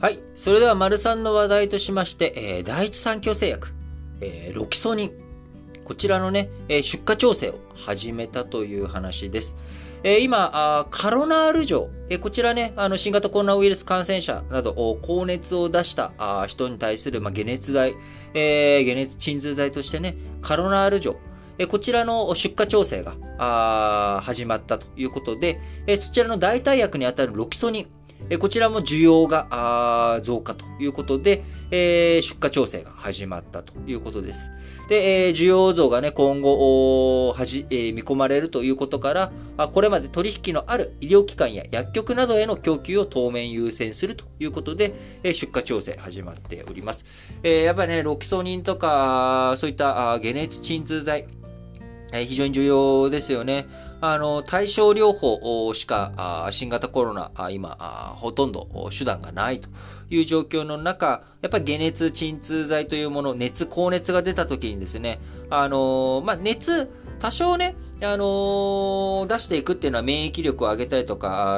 はい。それでは、丸三の話題としまして、第一三共製薬、ロキソニン。こちらのね、出荷調整を始めたという話です。今、カロナール錠、こちらね、新型コロナウイルス感染者など、高熱を出した人に対する、解熱剤、解熱鎮痛剤としてね、カロナール錠、こちらの出荷調整が始まったということで、そちらの代替薬にあたるロキソニン、こちらも需要が増加ということで、出荷調整が始まったということです。で、需要増がね、今後見込まれるということから、これまで取引のある医療機関や薬局などへの供給を当面優先するということで、出荷調整始まっております。やっぱりね、ロキソニンとか、そういった解熱鎮痛剤、非常に重要ですよね。対症療法しか、新型コロナ、今、ほとんど手段がないという状況の中、やっぱり解熱鎮痛剤というもの、高熱が出た時にですね、熱、多少ね、出していくっていうのは免疫力を上げたりとか、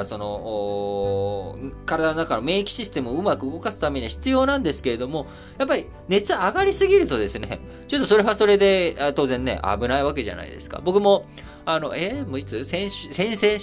体の中の免疫システムをうまく動かすためには必要なんですけれども、やっぱり熱上がりすぎるとですね、ちょっとそれはそれで、当然ね、危ないわけじゃないですか。僕も、もういつ先々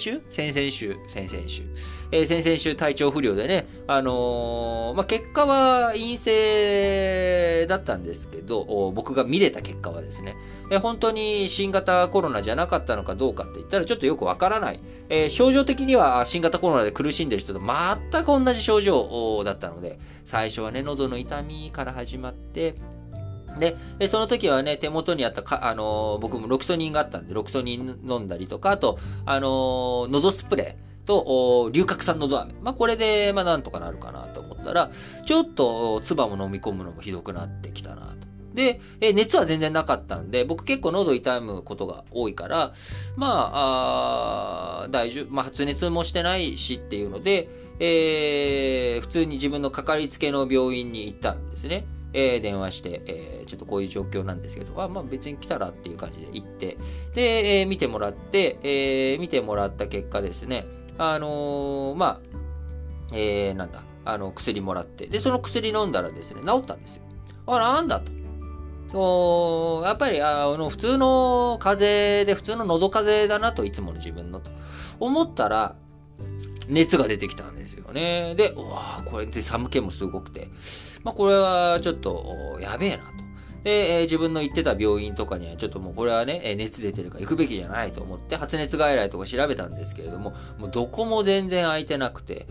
週体調不良でね、結果は陰性だったんですけど、僕が見れた結果はですね、本当に新型コロナじゃなかったのかどうかって言ったらちょっとよくわからない。症状的には新型コロナで苦しんでる人と全く同じ症状だったので、最初はね、喉の痛みから始まって、で、その時はね、手元にあった僕もロキソニンがあったんで、ロキソニン飲んだりとか、あと、喉スプレーと、龍角散喉飴。これで、なんとかなるかなと思ったら、ちょっと、唾も飲み込むのもひどくなってきたなと。で、熱は全然なかったんで、僕結構喉痛むことが多いから、大丈夫。発熱もしてないしっていうので、普通に自分のかかりつけの病院に行ったんですね。電話して、ちょっとこういう状況なんですけど、別に来たらっていう感じで行って、で、見てもらった結果ですね、薬もらって、で、その薬飲んだらですね、治ったんですよ。なんだと。やっぱり、普通の風邪で、普通の喉風邪だなと、いつもの自分のと思ったら、熱が出てきたんですよね。で、これで寒気もすごくて、これはちょっと、やべえなと。で、自分の行ってた病院とかにはちょっともうこれはね、熱出てるから行くべきじゃないと思って発熱外来とか調べたんですけれども、もうどこも全然空いてなくて、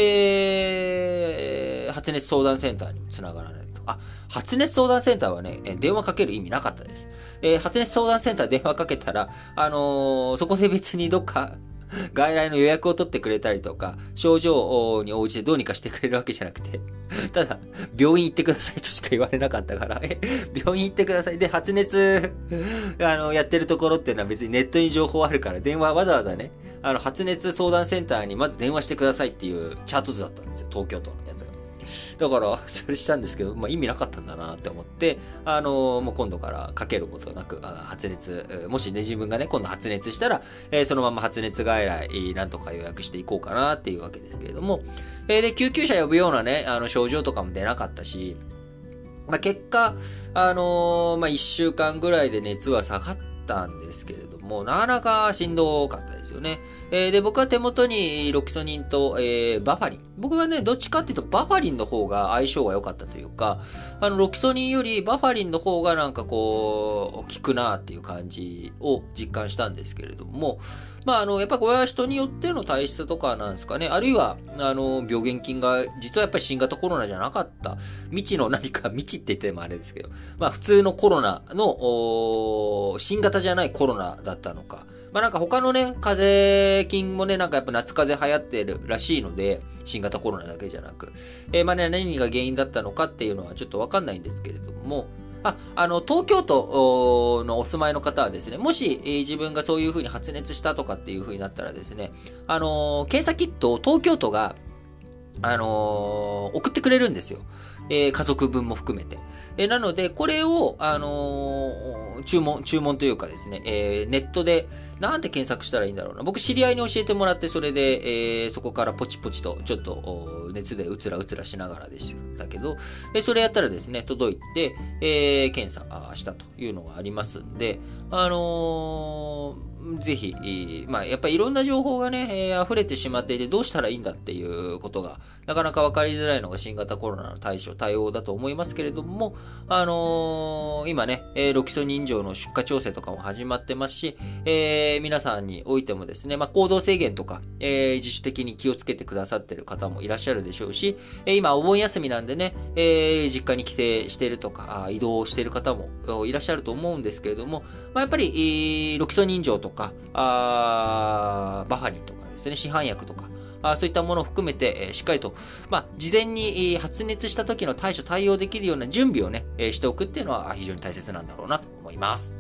で、発熱相談センターにも繋がらないと。発熱相談センターはね、電話かける意味なかったです。発熱相談センター電話かけたら、そこで別にどっか、外来の予約を取ってくれたりとか、症状に応じてどうにかしてくれるわけじゃなくて、ただ、病院行ってくださいとしか言われなかったから、病院行ってください。で、発熱、やってるところっていうのは別にネットに情報あるから、電話わざわざね、発熱相談センターにまず電話してくださいっていうチャート図だったんですよ、東京都のやつが。だから、それしたんですけど、意味なかったんだなって思って、もう今度からかけることなく、発熱、もしね、自分がね、今度発熱したら、そのまま発熱外来、なんとか予約していこうかなっていうわけですけれども、で、救急車呼ぶようなね、症状とかも出なかったし、結果、1週間ぐらいで熱は下がったんですけれども、なかなかしんどかったですよね。で、僕は手元にロキソニンと、バファリン。僕はね、どっちかっていうとバファリンの方が相性が良かったというか、ロキソニンよりバファリンの方がなんかこう、効くなっていう感じを実感したんですけれども、やっぱこれは人によっての体質とかなんですかね。あるいは、病原菌が実はやっぱり新型コロナじゃなかった。未知の何か、未知って言ってもあれですけど、普通のコロナの、新型じゃないコロナだったのか。なんか他のね、風邪菌もね、なんかやっぱ夏風邪流行ってるらしいので、新型コロナだけじゃなく。何が原因だったのかっていうのはちょっとわかんないんですけれども、東京都のお住まいの方はですね、もし、自分がそういう風に発熱したとかっていう風になったらですね、検査キットを東京都が、送ってくれるんですよ。家族分も含めて。なので、これを、注文というかですね、ネットでなんて検索したらいいんだろうな。僕知り合いに教えてもらって、それで、そこからポチポチと、ちょっと、熱でうつらうつらしながらでしたけど、それやったらですね、届いて、検査したというのがありますんで、ぜひ、まあ、やっぱりいろんな情報がね、溢れてしまっていて、どうしたらいいんだっていうことが、なかなか分かりづらいのが新型コロナの対応だと思いますけれども、今ね、ロキソニン錠の出荷調整とかも始まってますし、皆さんにおいてもですね、まあ、行動制限とか、自主的に気をつけてくださっている方もいらっしゃるでしょうし、今お盆休みなんでね、実家に帰省しているとか、移動している方もいらっしゃると思うんですけれども、まあ、やっぱり、ロキソニン錠とか、バファリンとかですね、市販薬とか、そういったものを含めて、しっかりと、まあ、事前に発熱した時の対処対応できるような準備をね、しておくっていうのは非常に大切なんだろうなと思います。